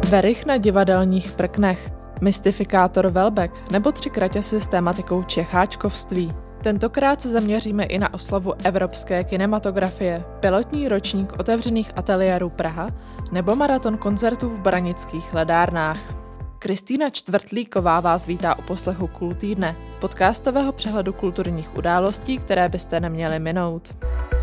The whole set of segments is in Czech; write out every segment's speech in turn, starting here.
Werich na divadelních prknech, mystifikátor Velbek nebo 3 kraťasy s tématikou čecháčkovství. Tentokrát se zaměříme i na oslavu evropské kinematografie, pilotní ročník otevřených ateliérů Praha nebo maraton koncertů v branických ledárnách. Kristýna Čtvrtlíková vás vítá u poslechu Kultýdne, podcastového přehledu kulturních událostí, které byste neměli minout.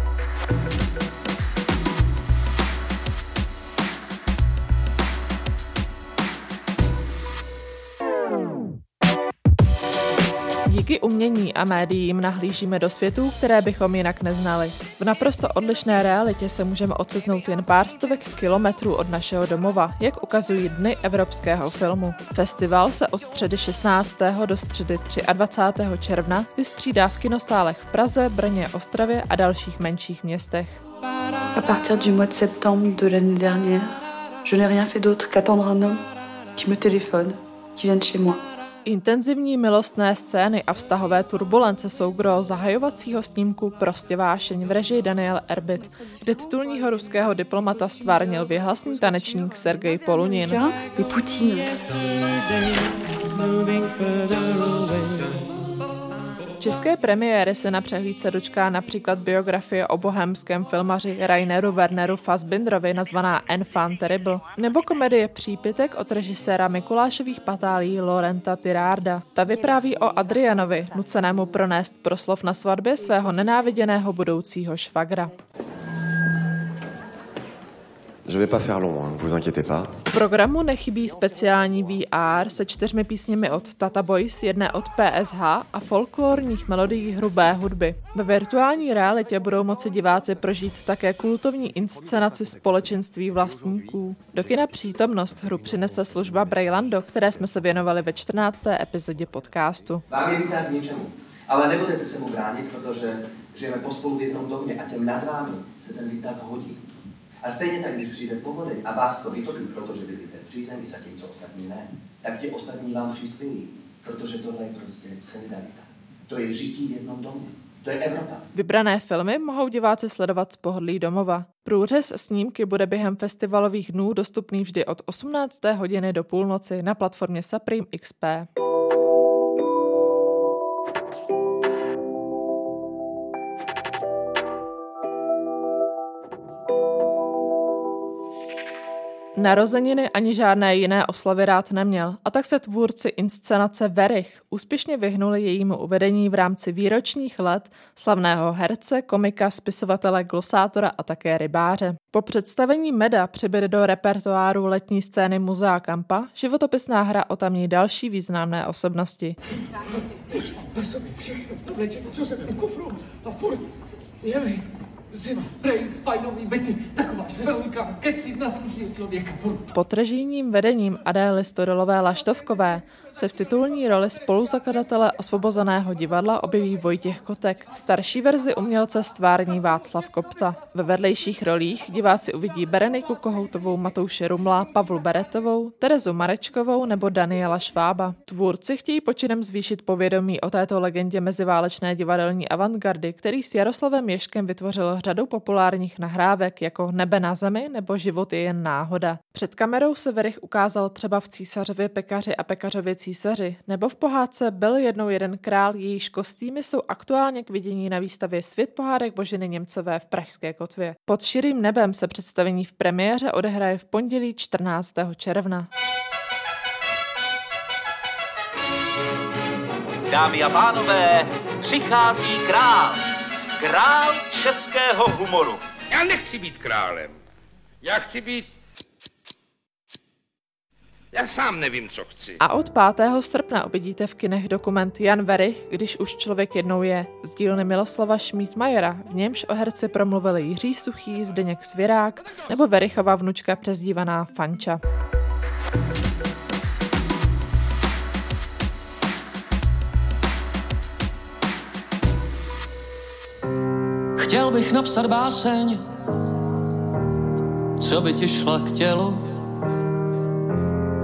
Díky umění a médiím nahlížíme do světů, které bychom jinak neznali. V naprosto odlišné realitě se můžeme ocitnout jen pár stovek kilometrů od našeho domova, jak ukazují Dny evropského filmu. Festival se od středy 16. do středy 23. června vystřídá v kinosálech v Praze, Brně, Ostravě a dalších menších městech. À partir du mois de septembre de l'année dernière, je n'ai rien fait d'autre qu'attendre un homme qui me téléphone, qui vient chez moi. Intenzivní milostné scény a vztahové turbulence jsou gro zahajovacího snímku Prostě vášeň v režii Daniel Erbit, kde titulního ruského diplomata stvárnil věhlasný tanečník Sergej Polunin. České premiéry se na přehlídce dočká například biografie o bohémském filmaři Raineru Werneru Fassbinderovi nazvaná Enfant terrible, nebo komedie Přípitek od režiséra Mikulášových patálí Laurenta Tirarda. Ta vypráví o Adrianovi, nucenému pronést proslov na svatbě svého nenáviděného budoucího švagra. Je vais pas faire long, vous inquiétez pas. V programu nechybí speciální VR se 4 písněmi od Tata Boys, 1 od PSH a folklorních melodií hrubé hudby. Ve virtuální realitě budou moci diváci prožít také kultovní inscenaci Společenství vlastníků. Do kina Přítomnost hru přinese služba Braillando, které jsme se věnovali ve 14. epizodě podcastu. Vám je výtah k ničemu, ale nebudete se mu bránit, protože žijeme pospolu v jednom domě a těm nad vámi se ten výtah hodí. A stejně tak, když přijde povodeň a vás to vytopí, protože bydlíte v přízemí, zatímco ostatní ne, tak ti ostatní vám přispějí, protože tohle je prostě solidarita. To je žití v jednom domě. To je Evropa. Vybrané filmy mohou diváci sledovat z pohodlí domova. Průřez snímky bude během festivalových dnů dostupný vždy od 18. hodiny do půlnoci na platformě Supreme XP. Narozeniny ani žádné jiné oslavy rád neměl a tak se tvůrci inscenace Werich úspěšně vyhnuli jejímu uvedení v rámci výročních let slavného herce, komika, spisovatele, glosátora a také rybáře. Po představení Meda přibyde do repertoáru letní scény Muzea Kampa životopisná hra o tamní další významné osobnosti. Zima, prej, fajnový byty, taková šperlka, kecí na slušný člověka. Pod režijním vedením Adély Stodolové-Laštovkové se v titulní roli spoluzakladatele Osvobozeného divadla objeví Vojtěch Kotek. Starší verzi umělce stvární Václav Kopta. Ve vedlejších rolích diváci uvidí Bereniku Kohoutovou, Matouše Rumla, Pavlu Beretovou, Terezu Marečkovou nebo Daniela Švába. Tvůrci chtějí počinem zvýšit povědomí o této legendě meziválečné divadelní avantgardy, který s Jaroslavem Ježkem vytvořil řadu populárních nahrávek jako Nebe na zemi nebo Život je jen náhoda. Před kamerou se Werich ukázal třeba v Císařově pekaři a Pekařově císaři, nebo v pohádce Byl jednou jeden král, jejíž kostýmy jsou aktuálně k vidění na výstavě Svět pohádek Boženy Němcové v Pražské Kotvě. Pod širým nebem se představení v premiéře odehraje v pondělí 14. června. Dámy a pánové, přichází král. Král českého humoru. Já nechci být králem. Já chci být... Já sám nevím, co chci. A od 5. srpna uvidíte v kinech dokument Jan Werich, když už člověk jednou je, z dílny Miloslava Šmídmajera, v němž o herci promluvili Jiří Suchý, Zdeněk Svěrák nebo Werichova vnučka přezdívaná Fanča. Chtěl bych napsat báseň, co by ti šla k tělu,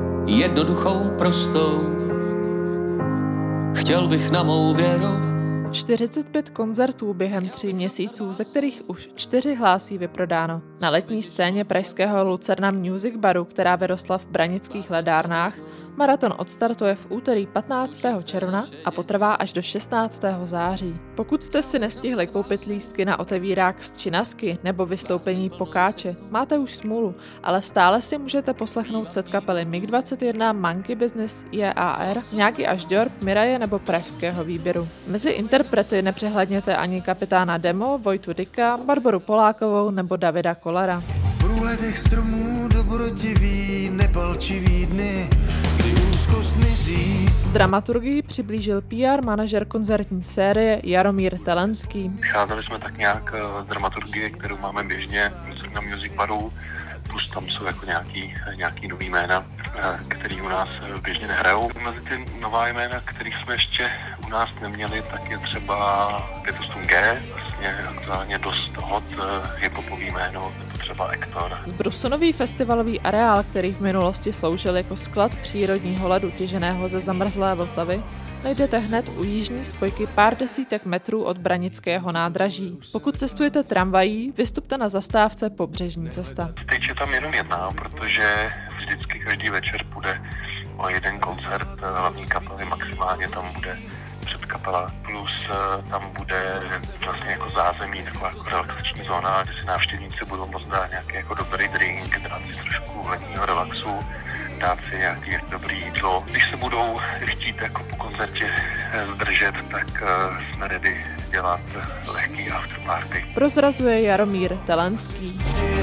jednoduchou, prostou. Chtěl bych na mou věru 45 koncertů během 3 měsíců, ze kterých už 4 hlásí vyprodáno. Na letní scéně pražského Lucerna Music Baru, která vyrostla v branických ledárnách, maraton odstartuje v úterý 15. června a potrvá až do 16. září. Pokud jste si nestihli koupit lístky na otevírák z Činasky nebo vystoupení Pokáče, máte už smůlu, ale stále si můžete poslechnout set kapely MiG-21, Monkey Business, JAR, nějaký až Diorp, Miraje nebo pražského výběru. Mezi interprety nepřehledněte ani kapitána Demo, Vojtu Dika, Barboru Polákovou nebo Davida Kollera. V průhledech stromů dobrotivý, nepalčivý dny, kdy úzkost mizí. Dramaturgii přiblížil PR manažer koncertní série Jaromír Telenský. Vycházeli jsme tak nějak z dramaturgie, kterou máme běžně na Music Baru, plus tam jsou jako nějaký nový jména, který u nás běžně nehrajou. Mezi ty nová jména, kterých jsme ještě u nás neměli, tak je třeba 508G, vlastně aktuálně dost hot hip-hopový jméno, třeba Ektor. Zbrusunový festivalový areál, který v minulosti sloužil jako sklad přírodního ledu těženého ze zamrzlé Vltavy, najdete hned u jižní spojky pár desítek metrů od Branického nádraží. Pokud cestujete tramvají, vystupte na zastávce Pobřežní cesta. Teď je tam jenom jedna, protože vždycky každý večer bude o jeden koncert hlavní kapely, maximálně tam bude předkapela, plus tam bude vlastně jako zázemí, taková jako relaxační zóna, kde si návštěvníci budou moct dát nějaký jako dobrý drink, dát si trošku letního relaxu, dát si nějaký dobrý jídlo. Když se budou chtít jako po koncertě zdržet, tak jsme ready dělat lehký afterparty. Prozrazuje Jaromír Telenský.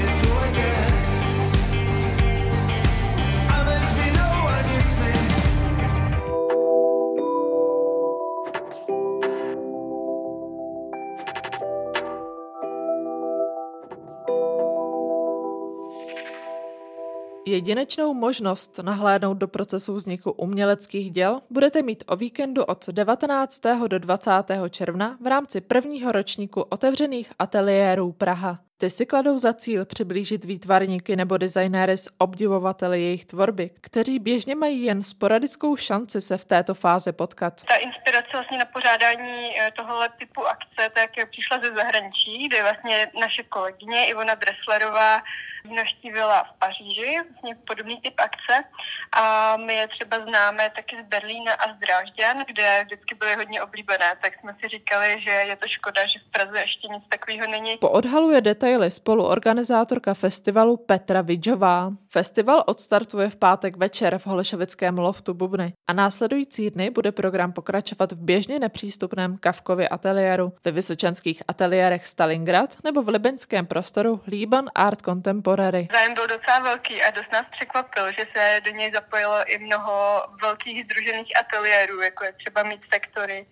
Jedinečnou možnost nahlédnout do procesu vzniku uměleckých děl budete mít o víkendu od 19. do 20. června v rámci prvního ročníku otevřených ateliérů Praha. Ty si kladou za cíl přiblížit výtvarníky nebo designéry s obdivovateli jejich tvorby, kteří běžně mají jen sporadickou šanci se v této fázi potkat. Ta inspirace vlastně na pořádání tohohle typu akce tak přišla ze zahraničí, kde vlastně naše kolegyně Ivona Dresslerová navštívila v Paříži, vlastně podobný typ akce, a my je třeba známe taky z Berlína a z Drážďan, kde vždycky byly hodně oblíbené, tak jsme si říkali, že je to škoda, že v Praze ještě nic takového není. Poodhaluje detaily spoluorganizátorka festivalu Petra Vidžová. Festival odstartuje v pátek večer v Holešovickém loftu Bubny a následující dny bude program pokračovat v běžně nepřístupném Kafkově ateliéru, ve vysočanských ateliérech Stalingrad nebo v libeňském prostoru Liban Art Contemporary. Zájem byl docela velký a dost nás překvapil, že se do něj zapojilo i mnoho velkých sdružených ateliérů, jako je třeba Meat Factory,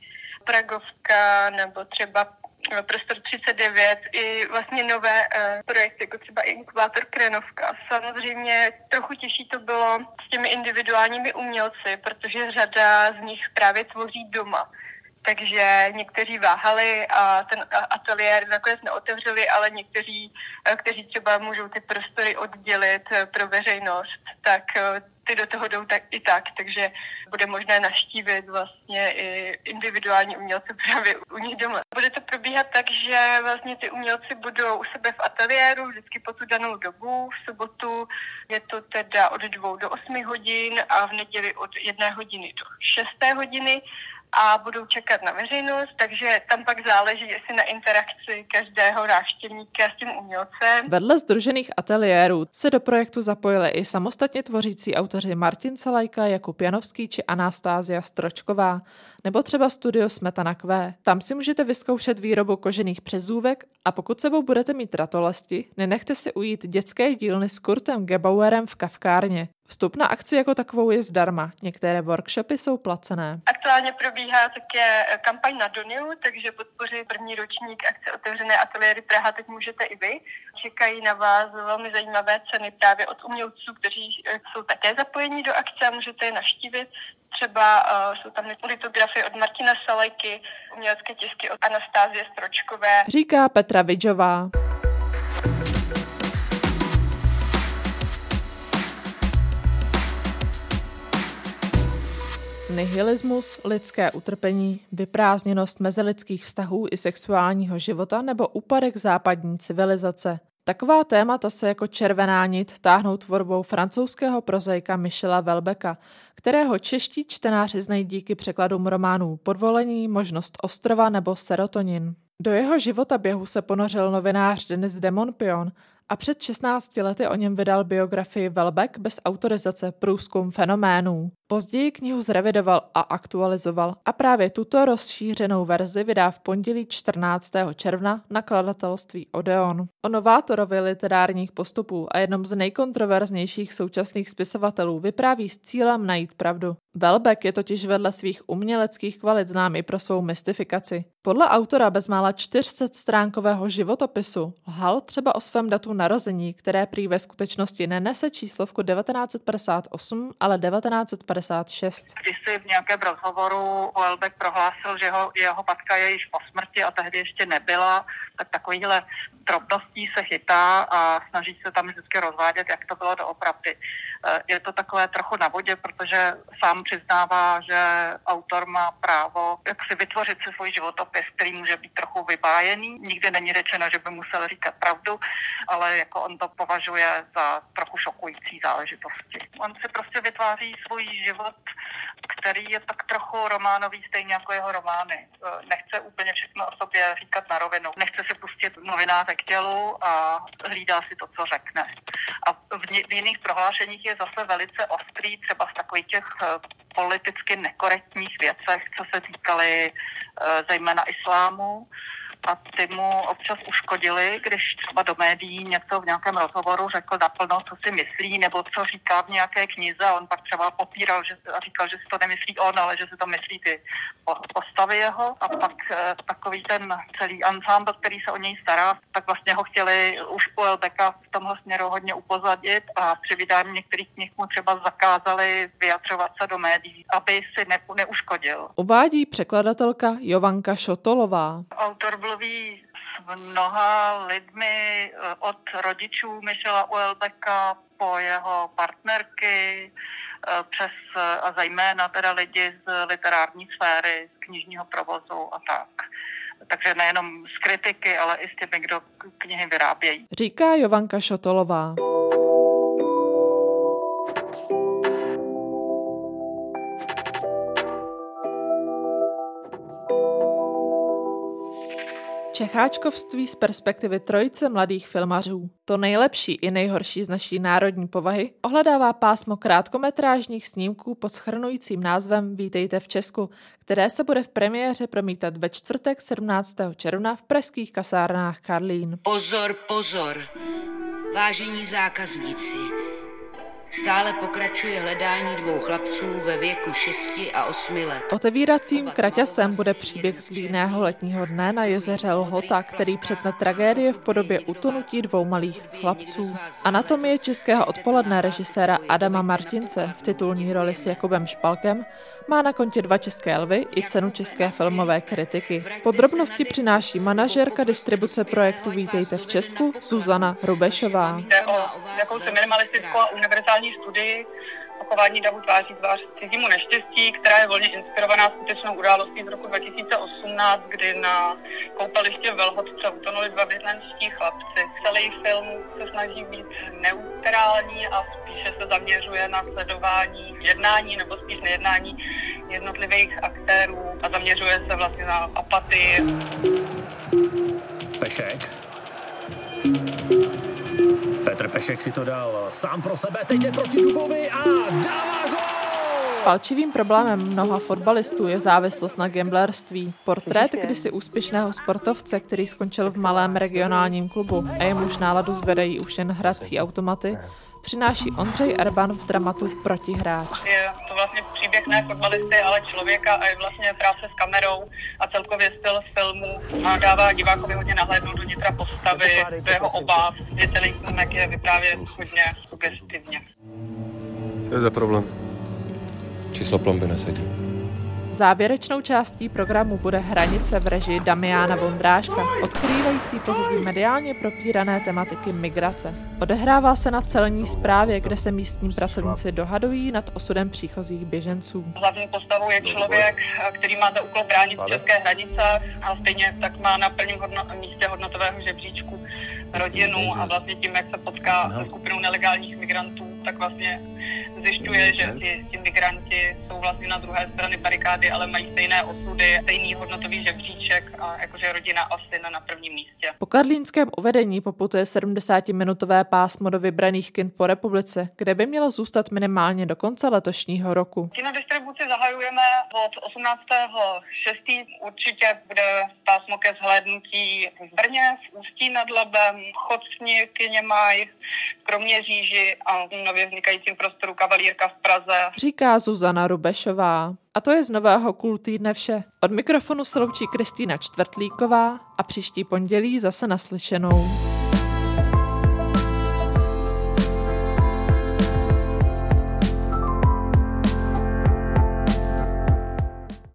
Pragovka nebo třeba Prostor 39, i vlastně nové projekty, jako třeba Inkubátor Krenovka. Samozřejmě trochu těžší to bylo s těmi individuálními umělci, protože řada z nich právě tvoří doma. Takže někteří váhali a ten ateliér nakonec neotevřeli, ale někteří, kteří třeba můžou ty prostory oddělit pro veřejnost, tak ty do toho jdou tak, takže bude možné navštívit vlastně i individuální umělce právě u nich doma. Bude to probíhat tak, že vlastně ty umělci budou u sebe v ateliéru vždycky po tu danou dobu. V sobotu je to teda od 2 do 8 hodin a v neděli od 1 hodiny do 6 hodiny. A budou čekat na veřejnost, takže tam pak záleží jestli na interakci každého návštěvníka s tím umělcem. Vedle sdružených ateliérů se do projektu zapojili i samostatně tvořící autoři Martin Salajka, Jakub Janovský či Anastázia Stročková, nebo třeba studio Smetana Q. Tam si můžete vyzkoušet výrobu kožených přezůvek a pokud sebou budete mít ratolesti, nenechte si ujít dětské dílny s Kurtem Gebauerem v kavkárně. Vstup na akci jako takovou je zdarma, některé workshopy jsou placené. Aktuálně probíhá také kampaň na Doniu, takže podpořit první ročník akce Otevřené ateliéry Praha teď můžete i vy. Čekají na vás velmi zajímavé ceny právě od umělců, kteří jsou také zapojení do akce a můžete je navštívit. Třeba jsou tam litografie od Martina Salajky, umělecké tisky od Anastázie Stročkové. Říká Petra Vidžová. nihilismus, lidské utrpení, vyprázdněnost mezilidských vztahů i sexuálního života nebo úpadek západní civilizace. Taková témata se jako červená nit táhnou tvorbou francouzského prozaika Michela Houellebecqa, kterého čeští čtenáři znají díky překladům románů Podvolení, Možnost ostrova nebo Serotonin. Do jeho životaběhu se ponořil novinář Denis de Montpion a před 16 lety o něm vydal biografii Houellebecq bez autorizace Průzkum fenoménů. Později knihu zrevidoval a aktualizoval a právě tuto rozšířenou verzi vydá v pondělí 14. června nakladatelství Odeon. O novátorovi literárních postupů a jednom z nejkontroverznějších současných spisovatelů vypráví s cílem najít pravdu. Houellebecq je totiž vedle svých uměleckých kvalit znám i pro svou mystifikaci. Podle autora bezmála 400stránkového životopisu lhal třeba o svém datu narození, které prý ve skutečnosti nenese číslovku 1958, ale 1956. Když si v nějakém rozhovoru Houellebecq prohlásil, že jeho matka je již po smrti a tehdy ještě nebyla, tak takovýhle drobností se chytá a snaží se tam vždycky rozvádět, jak to bylo doopravdy. Je to takové trochu na vodě, protože sám přiznává, že autor má právo jak si vytvořit si svůj životopis, který může být trochu vybájený. Nikdy není řečeno, že by musel říkat pravdu, ale jako on to považuje za trochu šokující záležitosti. On si prostě vytváří svůj život, který je tak trochu románový, stejně jako jeho romány. Nechce úplně všechno o sobě říkat na rovinu. Nechce si pustit novináře k tělu a hlídá si to, co řekne. A v jiných prohlášeních je zase velice ostrý, třeba v takových těch politicky nekorektních věcech, co se týkaly zejména islámu. A ty mu občas uškodili, když třeba do médií něco v nějakém rozhovoru řekl naplno, co si myslí, nebo co říká v nějaké knize. A on pak třeba popíral a říkal, že si to nemyslí on, ale že si to myslí ty postavy jeho. A pak takový ten celý ansámbl, který se o něj stará, tak vlastně ho chtěli už u Houellebecqa v tomhle směru hodně upozadit a při vydání některých knih mu třeba zakázali vyjadřovat se do médií, aby si neuškodil. Uvádí překladatelka Jovanka Šotolová. Autor mluví s mnoha lidmi, od rodičů Michela Houellebecqa po jeho partnerky, přes a zejména teda lidi z literární sféry, z knižního provozu a tak. Takže nejenom z kritiky, ale i s těmi, kdo knihy vyrábějí. Říká Jovanka Šotolová. Čecháčkovství z perspektivy trojice mladých filmařů. To nejlepší i nejhorší z naší národní povahy ohledává pásmo krátkometrážních snímků pod shrnujícím názvem Vítejte v Česku, které se bude v premiéře promítat ve čtvrtek 17. června v pražských kasárnách Karlín. Pozor, pozor, vážení zákazníci. Stále pokračuje hledání dvou chlapců ve věku 6 a 8 let. Otevíracím kraťasem bude příběh z líného letního dne na jezeře Lhota, který přetne tragédie v podobě utonutí dvou malých chlapců. Anatomie českého odpoledne režiséra Adama Martince v titulní roli s Jakubem Špalkem má na kontě 2 české lvy i cenu české filmové kritiky. Podrobnosti přináší manažérka distribuce projektu Vítejte v Česku Zuzana Rubešová. Jde o jakousi minimalistickou a univerzální studii o chování davu tváří tvář cizímu neštěstí, která je volně inspirovaná skutečnou událostí z roku 2018, kdy na koupaliště v Lhotce utonuli 2 vietnamští chlapci. Celý film se snaží být neutrální a spíše se zaměřuje na sledování jednání nebo spíš nejednání jednotlivých aktérů a zaměřuje se vlastně na apatii. Pešek. Petr Pešek si to dal sám pro sebe, teď jde proti Dubovi a dává gól! Palčivým problémem mnoha fotbalistů je závislost na gamblerství. Portrét kdysi úspěšného sportovce, který skončil v malém regionálním klubu a jemuž náladu zvedají už jen hrací automaty, přináší Ondřej Erban v dramatu Protihráč. Je to vlastně příběh ne fotbalisty, ale člověka a je vlastně práce s kamerou a celkově styl filmu a dává divákovi hodně nahlédnout do nitra postavy, do jeho obav, kdy celý filmek je vyprávěn hodně sugestivně. Co je za problém? Číslo plomby nesedí. Závěrečnou částí programu bude Hranice v režii Damiana Vondráška, odkrývající pozadí mediálně propírané tematiky migrace. Odehrává se na celní správě, kde se místní pracovníci dohadují nad osudem příchozích běženců. Hlavní postavou je člověk, který má za úkol bránit české hranice a stejně tak má na prvním místě hodnotového žebříčku rodinu a vlastně tím, jak se potká se skupinou nelegálních migrantů, tak vlastně zjišťuje, že ti migranti jsou vlastně na druhé straně barikády, ale mají stejné osudy, stejný hodnotový žebříček a jakože rodina a syn na prvním místě. Po karlínském uvedení poputuje 70-minutové pásmo do vybraných kin po republice, kde by mělo zůstat minimálně do konce letošního roku. Kinodistribuci zahajujeme od 18.6. Určitě bude pásmo ke zhlédnutí v Brně, v Ústí nad Labem, Chocni, Kyněmaj, Kroměříži a nově vznikajícím prostoru Kavalírka v Praze. Říká Zuzana Rubešová. A to je z nového Kultýdne vše. Od mikrofonu se loučí Kristýna Čtvrtlíková a příští pondělí zase naslyšenou.